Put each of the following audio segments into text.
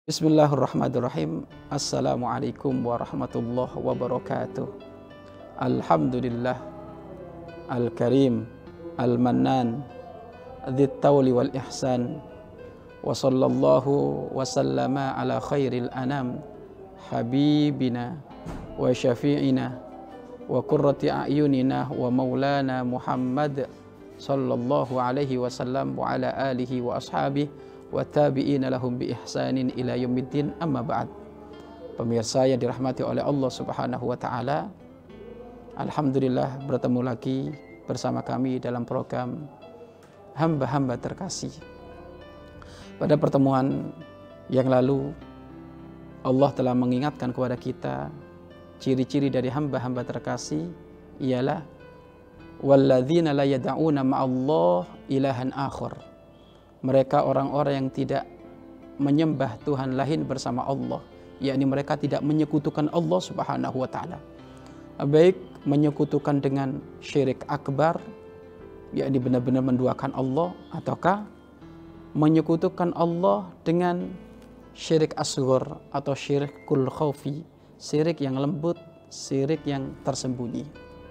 Bismillahirrahmanirrahim. Assalamualaikum warahmatullahi wabarakatuh. Alhamdulillah Al-Karim Al-Mannan Dzit Tawli wal Ihsan. Wa sallallahu wa sallama ala khairil anam habibina wa syafi'ina wa qurrati a'yunina wa maulana Muhammad sallallahu alaihi wasallam wa ala alihi wa ashabihi wa tabi'ina lahum bi ihsanin ila yaumiddin, amma ba'd. Pemirsa yang dirahmati oleh Allah Subhanahu wa taala, alhamdulillah bertemu lagi bersama kami dalam program Hamba-hamba terkasih. Pada pertemuan yang lalu Allah telah mengingatkan kepada kita ciri-ciri dari hamba-hamba terkasih ialah walladzina la yad'una ma'allah ilahan akhar. Mereka orang-orang yang tidak menyembah Tuhan lain bersama Allah, yakni mereka tidak menyekutukan Allah Subhanahu wa taala. Baik menyekutukan dengan syirik akbar, yakni benar-benar menduakan Allah, ataukah menyekutukan Allah dengan syirik asghar atau syirikul khaufi, syirik yang lembut, syirik yang tersembunyi.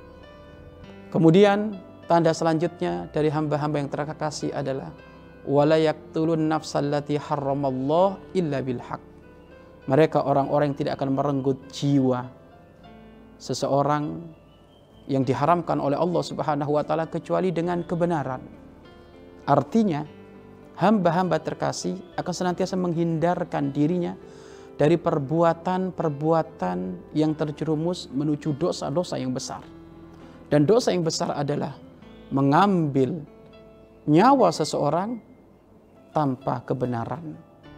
Kemudian tanda selanjutnya dari hamba-hamba yang terkasih adalah wala yaqtulun nafsallati harramallah illa bil haq. Mereka orang-orang yang tidak akan merenggut jiwa seseorang yang diharamkan oleh Allah Subhanahu wa taala kecuali dengan kebenaran. Artinya, hamba-hamba terkasih akan senantiasa menghindarkan dirinya dari perbuatan-perbuatan yang terjerumus menuju dosa-dosa yang besar. Dan dosa yang besar adalah mengambil nyawa seseorang tanpa kebenaran.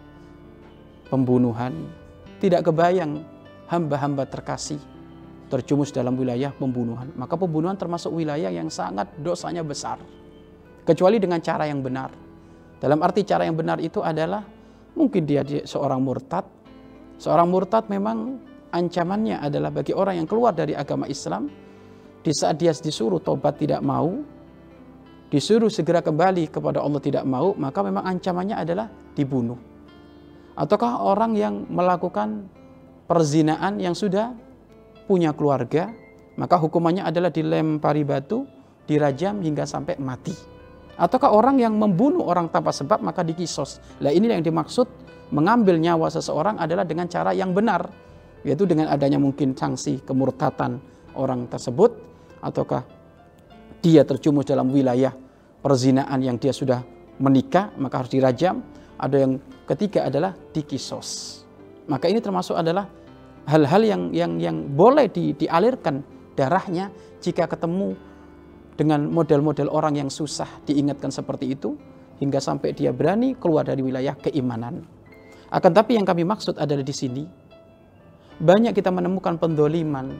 Pembunuhan. Tidak kebayang hamba-hamba terkasih terjumus dalam wilayah pembunuhan. Maka pembunuhan termasuk wilayah yang sangat dosanya besar, kecuali dengan cara yang benar. Dalam arti cara yang benar itu adalah mungkin dia seorang murtad. Seorang murtad memang ancamannya adalah bagi orang yang keluar dari agama Islam, di saat dia disuruh tobat tidak mau, disuruh segera kembali kepada Allah tidak mau, maka memang ancamannya adalah dibunuh. Ataukah orang yang melakukan perzinaan yang sudah punya keluarga, maka hukumannya adalah dilempari batu, dirajam hingga sampai mati. Ataukah orang yang membunuh orang tanpa sebab, maka dikisos. Nah, ini yang dimaksud mengambil nyawa seseorang adalah dengan cara yang benar, yaitu dengan adanya mungkin sanksi kemurtatan orang tersebut, ataukah dia terjumus dalam wilayah perzinaan yang dia sudah menikah, maka harus dirajam. Ada yang ketiga adalah dikisos. Maka ini termasuk adalah hal-hal yang boleh dialirkan darahnya jika ketemu dengan model-model orang yang susah diingatkan seperti itu, hingga sampai dia berani keluar dari wilayah keimanan. Akan tapi yang kami maksud adalah di sini, banyak kita menemukan pendoliman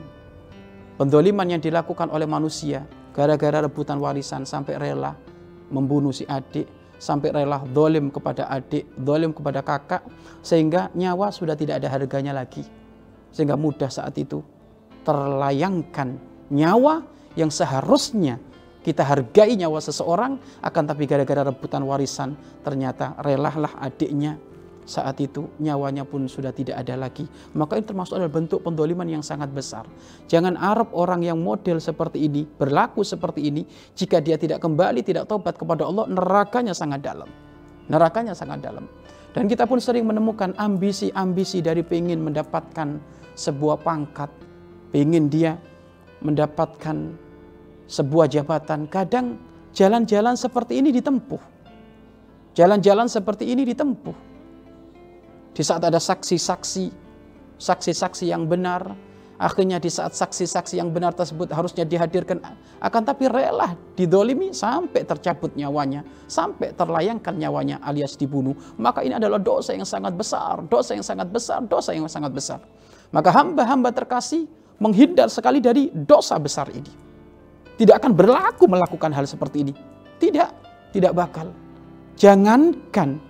yang dilakukan oleh manusia, gara-gara rebutan warisan sampai rela membunuh si adik, sampai rela zalim kepada adik, zalim kepada kakak, sehingga nyawa sudah tidak ada harganya lagi. Sehingga mudah saat itu terlayangkan nyawa yang seharusnya kita hargai nyawa seseorang, akan tapi gara-gara rebutan warisan ternyata relalah adiknya saat itu nyawanya pun sudah tidak ada lagi. Maka ini termasuk adalah bentuk pendoliman yang sangat besar. Jangan harap orang yang model seperti ini, berlaku seperti ini, jika dia tidak kembali, tidak tobat kepada Allah, nerakanya sangat dalam. Nerakanya sangat dalam. Dan kita pun sering menemukan ambisi-ambisi dari pengen mendapatkan sebuah pangkat, pengen dia mendapatkan sebuah jabatan. Kadang jalan-jalan seperti ini ditempuh. Jalan-jalan seperti ini ditempuh. Di saat ada saksi-saksi yang benar, akhirnya di saat saksi-saksi yang benar tersebut harusnya dihadirkan, akan tapi rela didolimi sampai tercabut nyawanya, sampai terlayangkan nyawanya alias dibunuh. Maka ini adalah dosa yang sangat besar, dosa yang sangat besar, dosa yang sangat besar. Maka hamba-hamba terkasih menghindar sekali dari dosa besar ini. Tidak akan berlaku melakukan hal seperti ini. Tidak bakal. Jangankan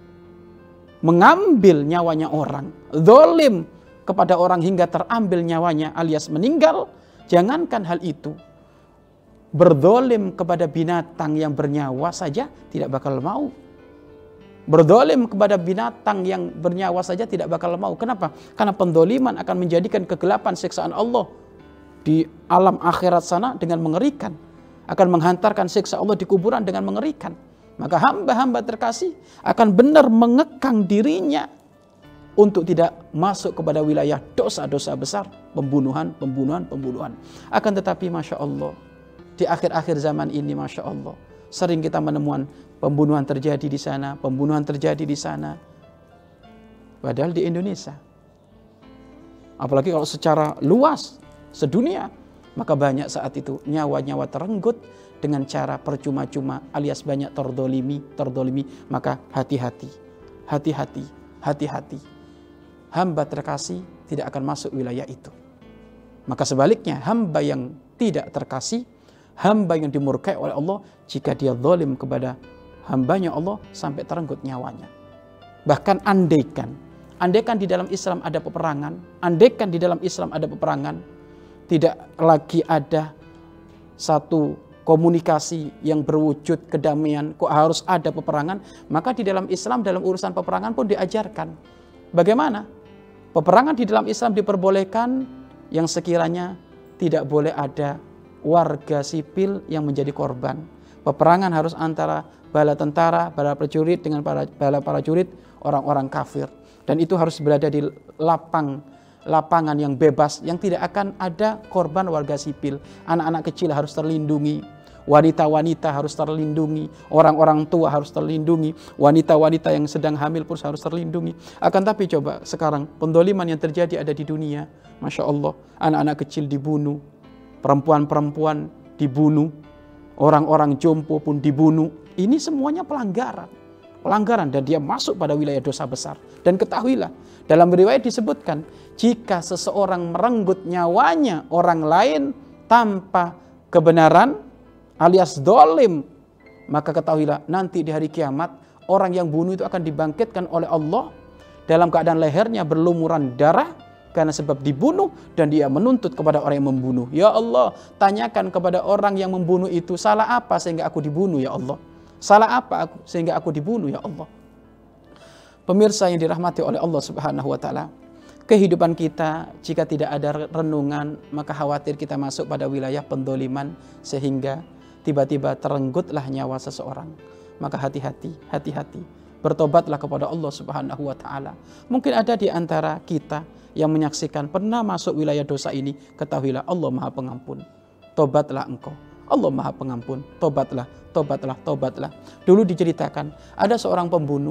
mengambil nyawanya orang, zalim kepada orang hingga terambil nyawanya alias meninggal, jangankan hal itu, berzalim kepada binatang yang bernyawa saja tidak bakal mau. Berdolim kepada binatang yang bernyawa saja tidak bakal mau. Kenapa? Karena pendoliman akan menjadikan kegelapan siksaan Allah di alam akhirat sana dengan mengerikan. Akan menghantarkan siksa Allah di kuburan dengan mengerikan. Maka hamba-hamba terkasih akan benar mengekang dirinya untuk tidak masuk kepada wilayah dosa-dosa besar. Pembunuhan. Akan tetapi Masya Allah, di akhir-akhir zaman ini Masya Allah, sering kita menemukan pembunuhan terjadi di sana, pembunuhan terjadi di sana. Padahal di Indonesia. Apalagi kalau secara luas, sedunia. Maka banyak saat itu nyawa-nyawa terenggut dengan cara percuma-cuma alias banyak terdolimi. Maka hati-hati. Hamba terkasih tidak akan masuk wilayah itu. Maka sebaliknya hamba yang tidak terkasih, hamba yang dimurkai oleh Allah, jika dia zalim kepada hambanya Allah sampai terenggut nyawanya. Bahkan andaikan di dalam Islam ada peperangan, tidak lagi ada satu komunikasi yang berwujud kedamaian, kok harus ada peperangan, maka di dalam Islam dalam urusan peperangan pun diajarkan bagaimana peperangan di dalam Islam diperbolehkan, yang sekiranya tidak boleh ada warga sipil yang menjadi korban. Peperangan harus antara bala tentara, bala prajurit dengan bala prajurit orang-orang kafir. Dan itu harus berada di lapangan yang bebas, yang tidak akan ada korban warga sipil. Anak-anak kecil harus terlindungi, wanita-wanita harus terlindungi, orang-orang tua harus terlindungi, wanita-wanita yang sedang hamil pun harus terlindungi. Akan tapi coba sekarang pendoliman yang terjadi ada di dunia. Masya Allah, anak-anak kecil dibunuh, perempuan-perempuan dibunuh, orang-orang jompo pun dibunuh. Ini semuanya pelanggaran dan dia masuk pada wilayah dosa besar. Dan ketahuilah, dalam riwayat disebutkan, jika seseorang merenggut nyawanya orang lain tanpa kebenaran alias dolim, maka ketahuilah nanti di hari kiamat orang yang bunuh itu akan dibangkitkan oleh Allah dalam keadaan lehernya berlumuran darah karena sebab dibunuh, dan dia menuntut kepada orang yang membunuh. Ya Allah, tanyakan kepada orang yang membunuh itu, salah apa sehingga aku dibunuh ya Allah? Salah apa sehingga aku dibunuh ya Allah? Pemirsa yang dirahmati oleh Allah Subhanahu wa taala, kehidupan kita jika tidak ada renungan, maka khawatir kita masuk pada wilayah pendoliman sehingga tiba-tiba terenggutlah nyawa seseorang. Maka hati-hati. Bertobatlah kepada Allah Subhanahu wa taala. Mungkin ada di antara kita yang menyaksikan pernah masuk wilayah dosa ini, ketahuilah Allah Maha Pengampun. Tobatlah engkau. Allah Maha Pengampun. Tobatlah. Dulu diceritakan ada seorang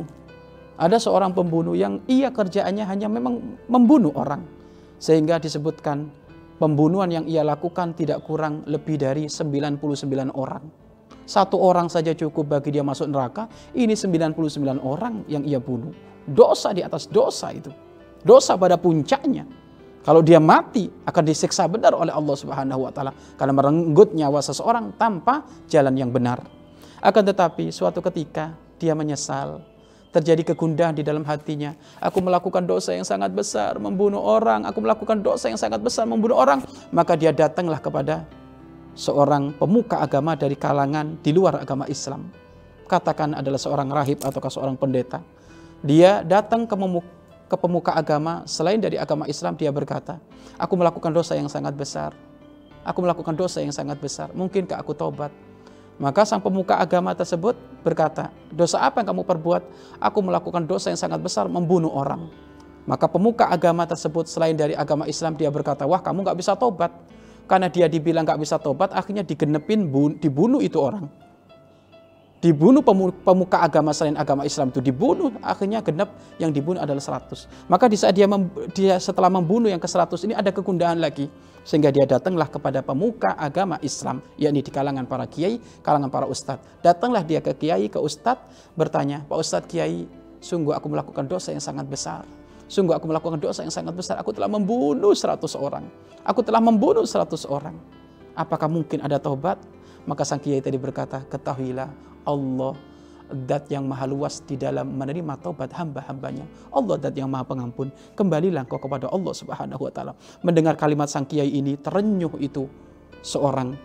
pembunuh yang ia kerjaannya hanya memang membunuh orang. Sehingga disebutkan pembunuhan yang ia lakukan tidak kurang lebih dari 99 orang. Satu orang saja cukup bagi dia masuk neraka. Ini 99 orang yang ia bunuh. Dosa di atas dosa itu. Dosa pada puncaknya. Kalau dia mati akan disiksa benar oleh Allah Subhanahu wa taala karena merenggut nyawa seseorang tanpa jalan yang benar. Akan tetapi suatu ketika dia menyesal, terjadi kegundahan di dalam hatinya. Aku melakukan dosa yang sangat besar, membunuh orang. Aku melakukan dosa yang sangat besar, membunuh orang. Maka dia datanglah kepada seorang pemuka agama dari kalangan di luar agama Islam. Katakan adalah seorang rahib ataukah seorang pendeta. Dia datang ke pemuka agama selain dari agama Islam. Dia berkata, aku melakukan dosa yang sangat besar. Mungkinkah aku tobat? Maka sang pemuka agama tersebut berkata, dosa apa yang kamu perbuat? Aku melakukan dosa yang sangat besar, membunuh orang. Maka pemuka agama tersebut selain dari agama Islam, dia berkata, wah kamu gak bisa tobat. Karena dia dibilang gak bisa tobat, akhirnya digenepin, dibunuh itu orang. Dibunuh pemuka agama selain agama Islam itu dibunuh, akhirnya genep yang dibunuh adalah 100. Maka di saat dia setelah membunuh yang ke-100 ini ada kegundahan lagi. Sehingga dia datanglah kepada pemuka agama Islam, yakni di kalangan para kiai, kalangan para ustadz. Datanglah dia ke kiai, ke ustadz, bertanya, Pak Ustadz Kiai, sungguh aku melakukan dosa yang sangat besar. Aku telah membunuh 100 orang. Apakah mungkin ada taubat? Maka sang kiai tadi berkata, ketahuilah Allah zat yang maha luas di dalam menerima taubat hamba-hambanya. Allah zat yang maha pengampun. Kembalilah kau kepada Allah Subhanahu wa taala. Mendengar kalimat sang kiai ini, terenyuh itu seorang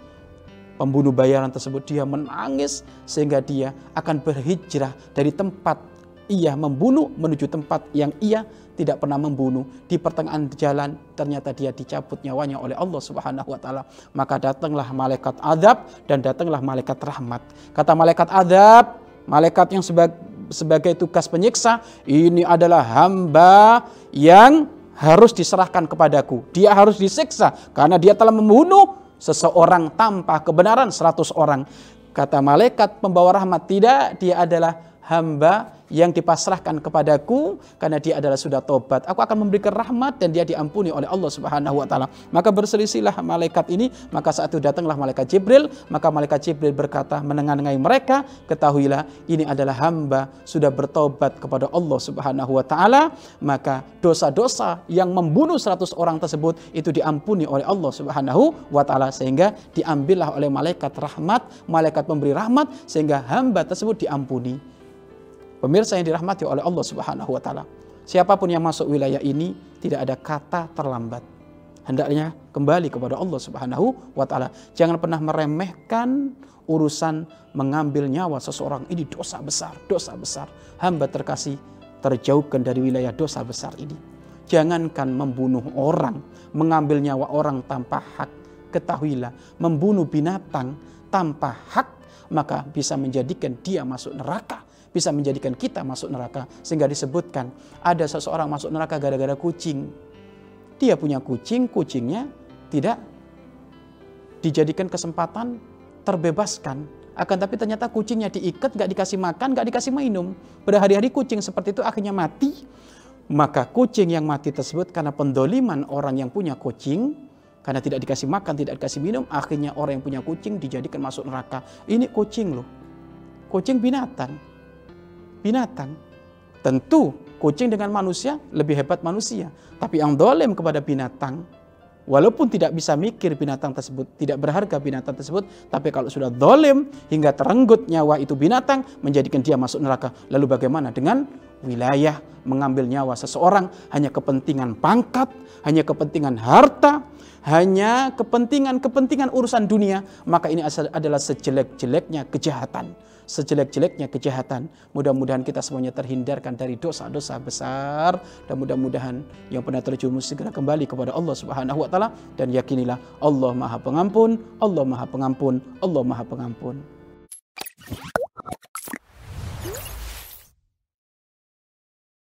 pembunuh bayaran tersebut. Dia menangis sehingga dia akan berhijrah dari tempat ia membunuh menuju tempat yang ia tidak pernah membunuh. Di pertengahan jalan ternyata dia dicabut nyawanya oleh Allah Subhanahu wa taala. Maka datanglah malaikat azab dan datanglah malaikat rahmat. Kata malaikat azab, malaikat yang sebagai tugas penyiksa, ini adalah hamba yang harus diserahkan kepadaku. Dia harus disiksa karena dia telah membunuh seseorang tanpa kebenaran 100 orang. Kata malaikat pembawa rahmat, tidak, dia adalah hamba yang dipasrahkan kepadaku karena dia adalah sudah tobat. Aku akan memberikan rahmat dan dia diampuni oleh Allah Subhanahu wa taala. Maka berselisihlah malaikat ini, maka saat itu datanglah malaikat Jibril, maka malaikat Jibril berkata menengahi mereka, ketahuilah ini adalah hamba sudah bertobat kepada Allah Subhanahu wa taala, maka dosa-dosa yang membunuh 100 orang tersebut itu diampuni oleh Allah Subhanahu wa taala, sehingga diambillah oleh malaikat rahmat, malaikat pemberi rahmat, sehingga hamba tersebut diampuni. Pemirsa yang dirahmati oleh Allah Subhanahu wa taala, siapapun yang masuk wilayah ini tidak ada kata terlambat. Hendaknya kembali kepada Allah Subhanahu wa taala. Jangan pernah meremehkan urusan mengambil nyawa seseorang. Ini dosa besar, dosa besar. Hamba terkasih, terjauhkan dari wilayah dosa besar ini. Jangankan membunuh orang, mengambil nyawa orang tanpa hak. Ketahuilah, membunuh binatang tanpa hak maka bisa menjadikan dia masuk neraka, bisa menjadikan kita masuk neraka. Sehingga disebutkan ada seseorang masuk neraka gara-gara kucing. Dia punya kucing, kucingnya tidak dijadikan kesempatan terbebaskan. Akan tapi ternyata kucingnya diikat, gak dikasih makan, gak dikasih minum. Berhari-hari kucing seperti itu akhirnya mati. Maka kucing yang mati tersebut karena pendoliman orang yang punya kucing, karena tidak dikasih makan, tidak dikasih minum, akhirnya orang yang punya kucing dijadikan masuk neraka. Ini kucing loh. Kucing binatang. Binatang. Tentu kucing dengan manusia lebih hebat manusia. Tapi yang dolim kepada binatang, walaupun tidak bisa mikir binatang tersebut, tidak berharga binatang tersebut, tapi kalau sudah dolim hingga terenggut nyawa itu binatang, menjadikan dia masuk neraka. Lalu bagaimana dengan wilayah mengambil nyawa seseorang hanya kepentingan pangkat, hanya kepentingan harta, hanya kepentingan urusan dunia, maka ini adalah sejelek-jeleknya kejahatan. Sejelek-jeleknya kejahatan. Mudah-mudahan kita semuanya terhindarkan dari dosa-dosa besar, dan mudah-mudahan yang pernah terjerumus segera kembali kepada Allah Subhanahu wa taala, dan yakinilah Allah Maha Pengampun, Allah Maha Pengampun, Allah Maha Pengampun.